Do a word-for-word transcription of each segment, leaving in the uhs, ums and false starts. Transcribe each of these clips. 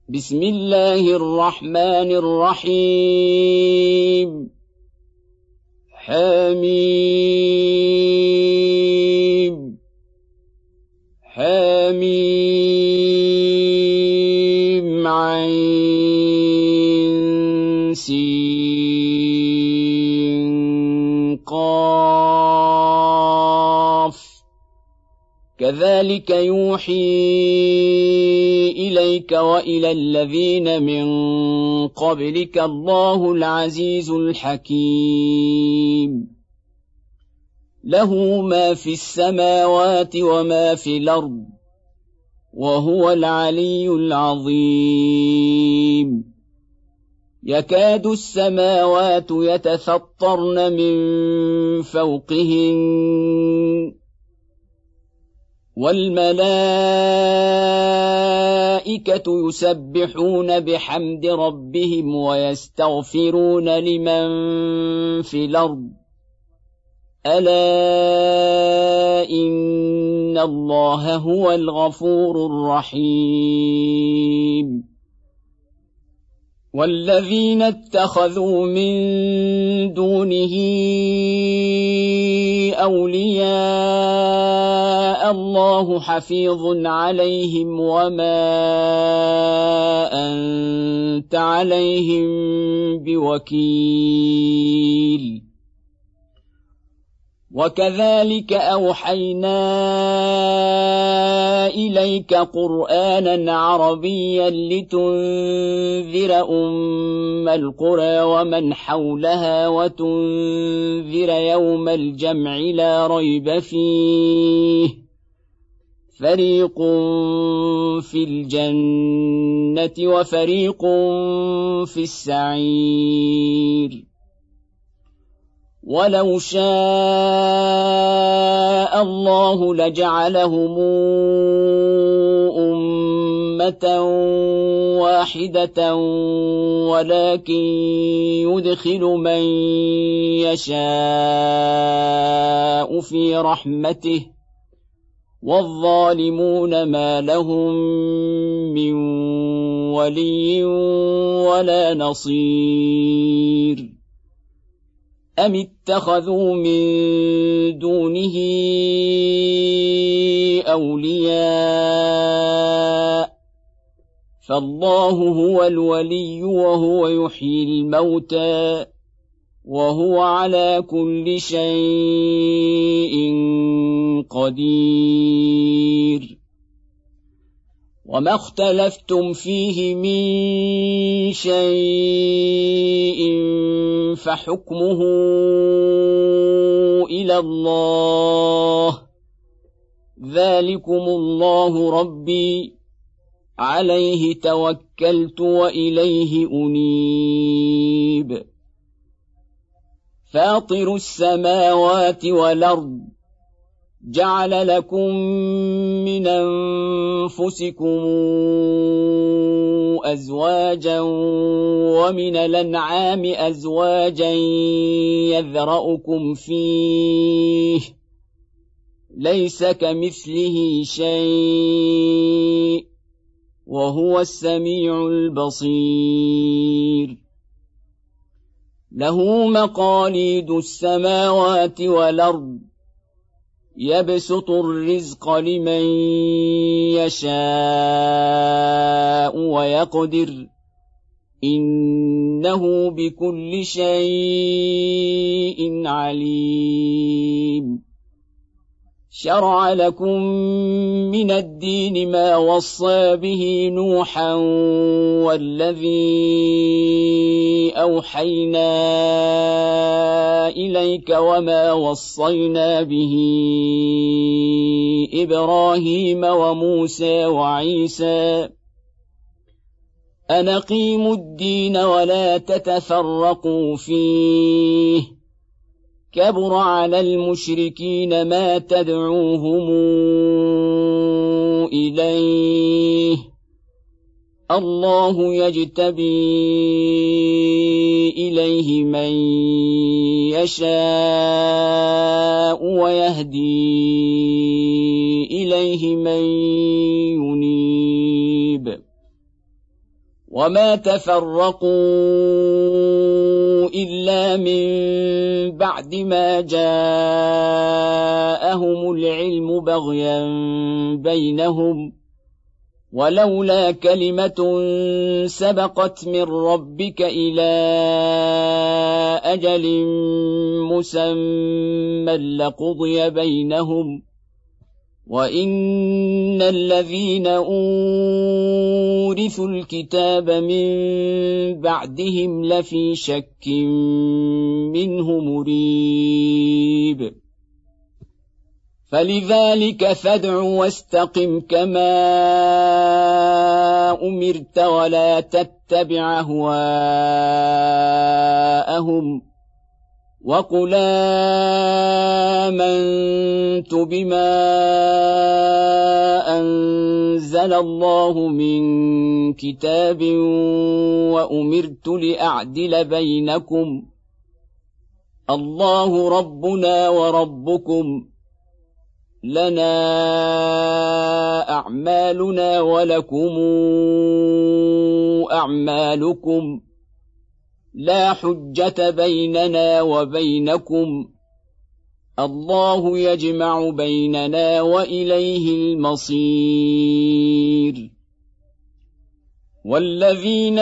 بسم الله الرحمن الرحيم حميم حميم عين سين قاف كذلك يوحي إليك وإلى الذين من قبلك الله العزيز الحكيم له ما في السماوات وما في الأرض وهو العلي العظيم يكاد السماوات يتفطرن من فوقهن والملائكة يسبحون بحمد ربهم ويستغفرون لمن في الأرض ألا إن الله هو الغفور الرحيم والذين اتخذوا من دونه أولياء الله حفيظ عليهم وما أنت عليهم بوكيل وكذلك أوحينا إليك قرآنا عربيا لتنذر أم القرى ومن حولها وتنذر يوم الجمع لا ريب فيه فريق في الجنة وفريق في السعير ولو شاء الله لجعلهم أمة واحدة ولكن يدخل من يشاء في رحمته والظالمون ما لهم من ولي ولا نصير أم اتخذوا من دونه أولياء فالله هو الولي وهو يحيي الموتى وهو على كل شيء قدير وما اختلفتم فيه من شيء فحكمه إلى الله ذلكم الله ربي عليه توكلت وإليه أنيب فاطر السماوات والأرض جعل لكم من أنفسكم أزواجا ومن الأنعام أزواجا يذرأكم فيه ليس كمثله شيء وهو السميع البصير له مقاليد السماوات والأرض يبسط الرزق لمن يشاء ويقدر إنه بكل شيء عليم شرع لكم من الدين ما وصى به نوحا والذي أوحينا إليك وما وصينا به إبراهيم وموسى وعيسى أن أقيموا الدين ولا تتفرقوا فيه كبر على المشركين ما تدعوهم إليه الله يجتبي إليه من يشاء ويهدي إليه من ينيب وما تفرقوا إلا من بعد ما جاءهم العلم بغيا بينهم ولولا كلمة سبقت من ربك إلى أجل مسمى لقضي بينهم وإن الذين أورثوا الكتاب من بعدهم لفي شك منه مريب فلذلك فادع واستقم كما أمرت ولا تتبع أهواءهم وقل آمنت بما أنزل الله من كتاب وأمرت لأعدل بينكم الله ربنا وربكم لنا أعمالنا ولكم أعمالكم لا حجة بيننا وبينكم الله يجمع بيننا وإليه المصير والذين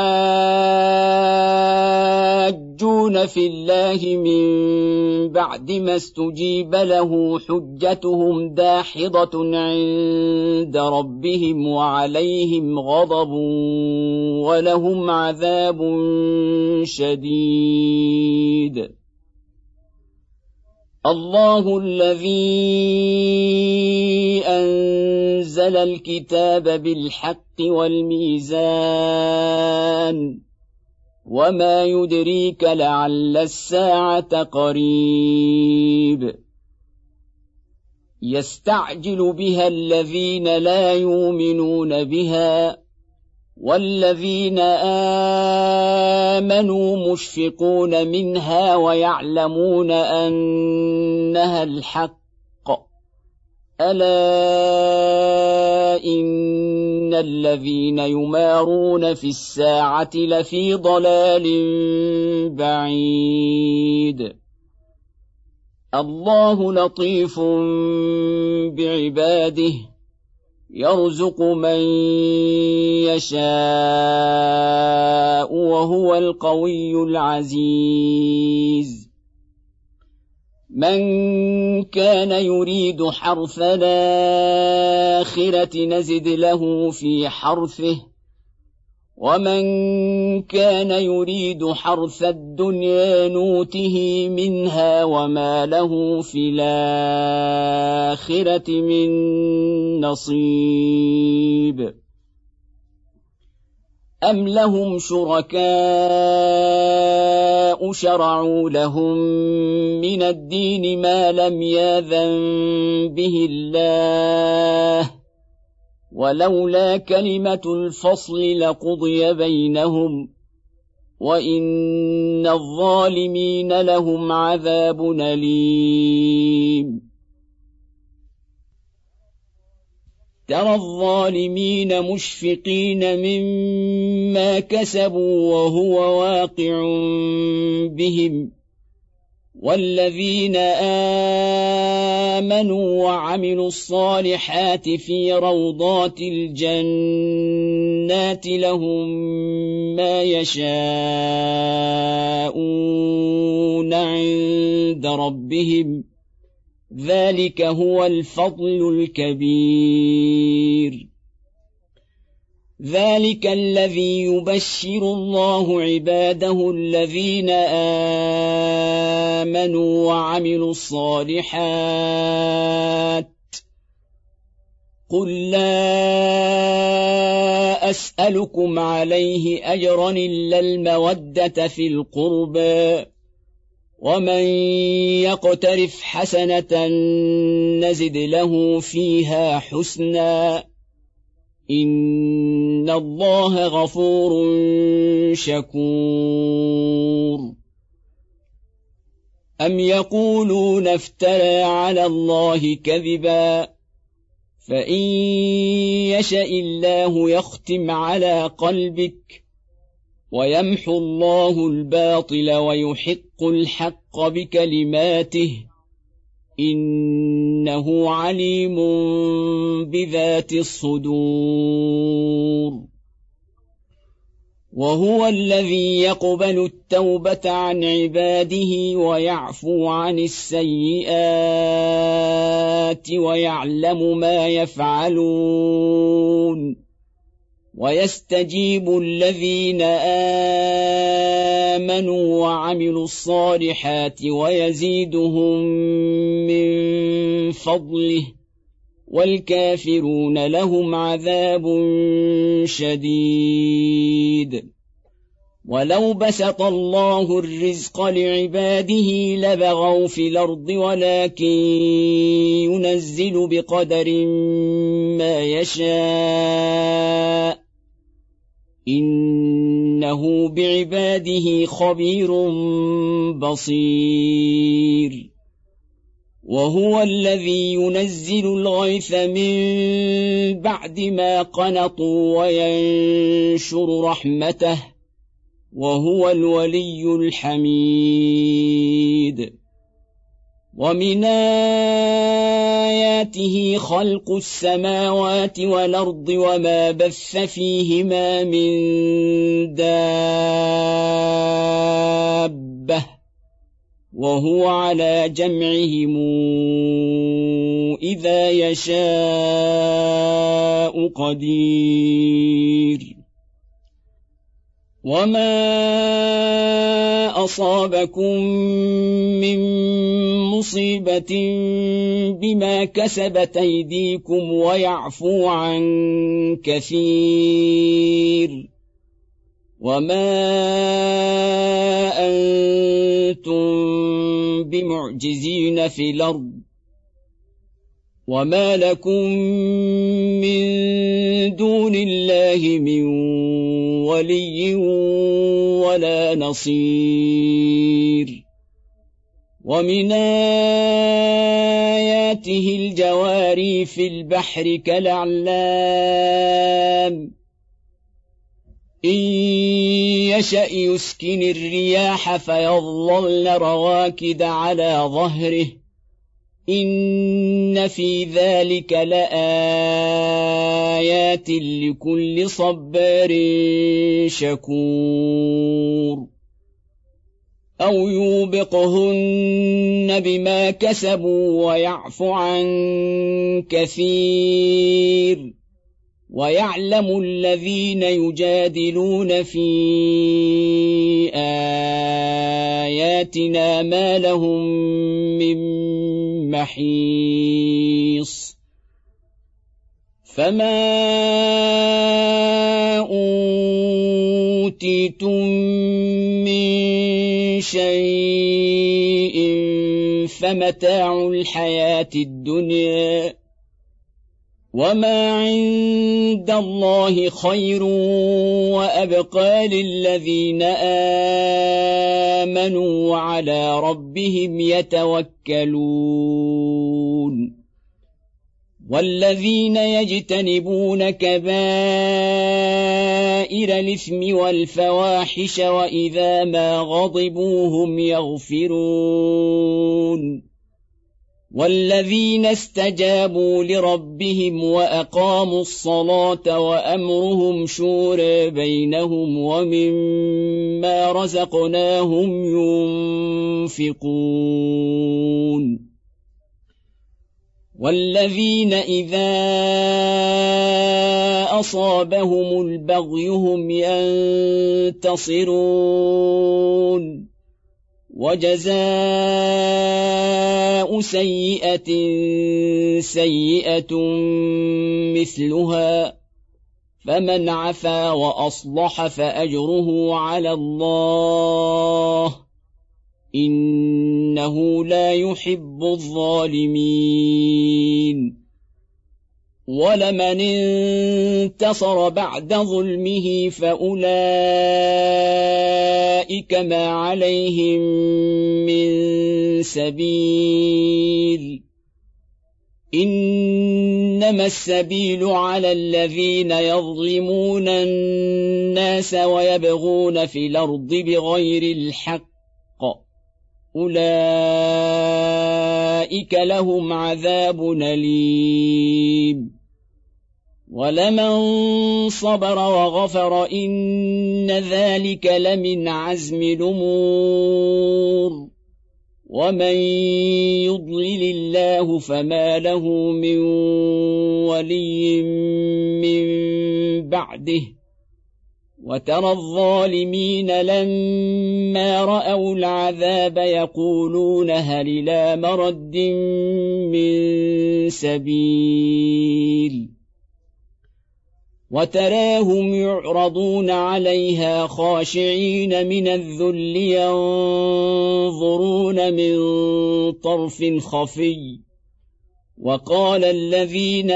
يحاجون في الله من بعد ما استجيب له حجتهم داحضة عند ربهم وعليهم غضب ولهم عذاب شديد الله الذي أنزل الكتاب بالحق والميزان وما يدريك لعل الساعة قريب يستعجل بها الذين لا يؤمنون بها والذين آمنوا مشفقون منها ويعلمون أنها الحق ألا إن الذين يمارون في الساعة لفي ضلال بعيد الله لطيف بعباده يرزق من يشاء وهو القوي العزيز من كان يريد حرث الآخرة نزد له في حرثه ومن كان يريد حرث الدنيا نوته منها وما له في الآخرة من نصيب أم لهم شركاء شرعوا لهم من الدين ما لم يأذن به الله ولولا كلمة الفصل لقضي بينهم وإن الظالمين لهم عذاب أليم ترى الظالمين مشفقين مما كسبوا وهو واقع بهم والذين آمنوا وعملوا الصالحات في روضات الجنات لهم ما يشاءون عند ربهم ذلك هو الفضل الكبير ذلك الذي يبشر الله عباده الذين آمنوا وعملوا الصالحات قل لا أسألكم عليه أجرا إلا المودة في القربى ومن يقترف حسنة نزد له فيها حسنا إن الله غفور شكور أم يقولون افترى على الله كذبا فإن يشأ الله يختم على قلبك ويمحو الله الباطل ويحق الحق بكلماته إنه عليم بذات الصدور وهو الذي يقبل التوبة عن عباده ويعفو عن السيئات ويعلم ما يفعلون ويستجيب الذين آمنوا وعملوا الصالحات ويزيدهم من فضله والكافرون لهم عذاب شديد ولو بسط الله الرزق لعباده لبغوا في الأرض ولكن ينزل بقدر ما يشاء إنه بعباده خبير بصير وهو الذي ينزل الغيث من بعد ما قنطوا وينشر رحمته وهو الولي الحميد ومن آياته خلق السماوات والأرض وما بث فيهما من دابة وهو على جمعهم إذا يشاء قدير وما أصابكم من مصيبة بما كسبت أيديكم ويعفو عن كثير وما أنتم بمعجزين في الأرض وما لكم من دون الله من ولي ولا نصير ومن آياته الجواري في البحر كالأعلام إن يشأ يسكن الرياح فيظللن رواكد على ظهره إن في ذلك لآيات لكل صبار شكور أو يوبقهن بما كسبوا ويعفو عن كثير ويعلم الذين يجادلون في آياتنا ما لهم من محيص فما أوتيتم من شيء فمتاع الحياة الدنيا وما عند الله خير وأبقى للذين آمنوا وعلى ربهم يتوكلون والذين يجتنبون كبائر الإثم والفواحش وإذا ما غضبوا هم يغفرون والذين استجابوا لربهم وأقاموا الصلاة وأمرهم شورى بينهم ومما رزقناهم ينفقون والذين إذا أصابهم البغي هم ينتصرون وجزاء سيئة سيئة مثلها فمن عفا وأصلح فأجره على الله إنه لا يحب الظالمين ولمن انتصر بعد ظلمه فأولئك ما عليهم من سبيل إنما إنما السبيل على الذين يظلمون الناس ويبغون في الأرض بغير الحق أولئك لهم عذاب أليم ولمن صبر وغفر إن ذلك لمن عزم الأمور ومن يضلل الله فما له من ولي من بعده وترى الظالمين لما رأوا العذاب يقولون هل إلى مرد من سبيل وتراهم يعرضون عليها خاشعين من الذل ينظرون من طرف خفي وقال الذين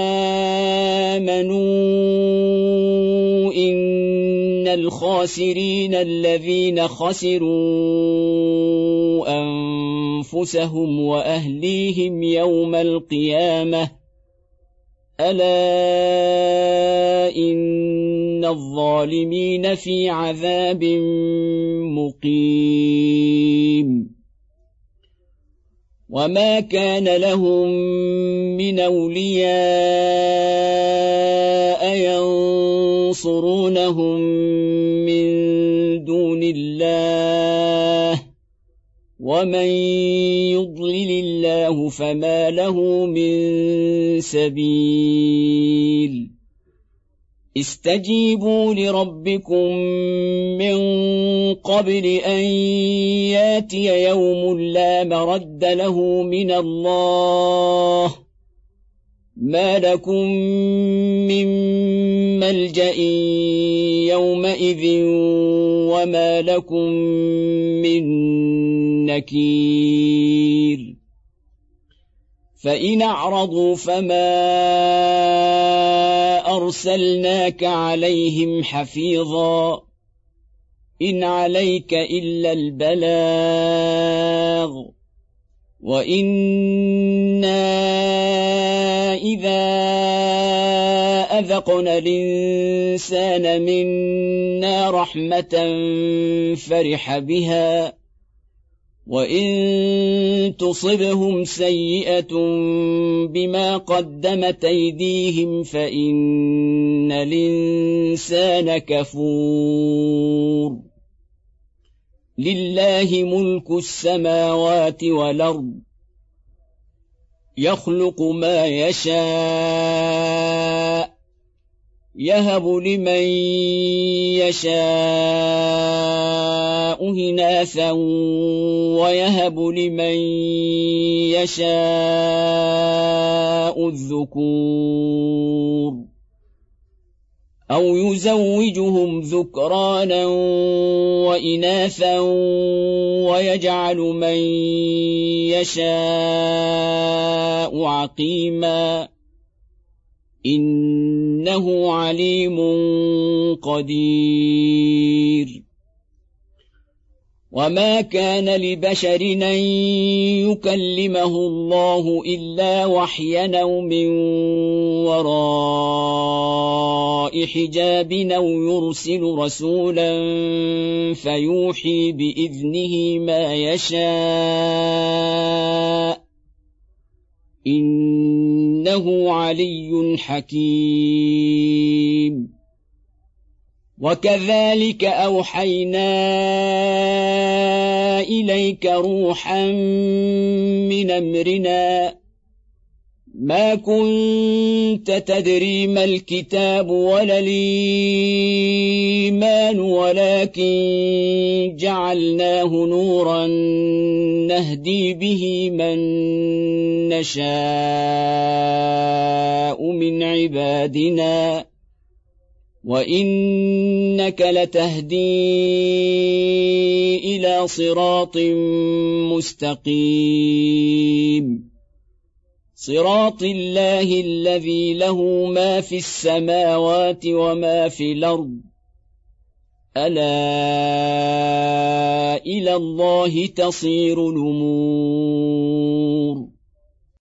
آمنوا إن الخاسرين الذين خسروا أنفسهم وأهليهم يوم القيامة ألا إن الظالمين في عذاب مقيم وما كان لهم من أولياء ينصرونهم من دون الله ومن يضلل الله فما له من سبيل استجيبوا لربكم من قبل أن ياتي يوم لا مرد له من الله ما لكم من ملجأ يومئذ وما لكم من نكير فإن أعرضوا فما أرسلناك عليهم حفيظا إن عليك إلا البلاغ وإنا إذا أذقنا الإنسان منا رحمة فرح بها وإن تصبهم سيئة بما قدمت أيديهم فإن الإنسان كفور لله ملك السماوات والأرض يخلق ما يشاء يهب لمن يشاء إناثا ويهب لمن يشاء الذكور أو يزوجهم ذكرانا وإناثا ويجعل من يشاء عقيما إنه عليم قدير وما كان لبشر أن يكلمه الله إلا وحيا أو من وراء حجاب أو يرسل رسولا فيوحي بإذنه ما يشاء إنه علي حكيم وكذلك أوحينا إليك روحا من أمرنا ما كنت تدري ما الكتاب ولا الإيمان ولكن جعلناه نورا نهدي به من نشاء من عبادنا وإنك لتهدي إلى صراط مستقيم صراط الله الذي له ما في السماوات وما في الأرض ألا إلى الله تصير الأمور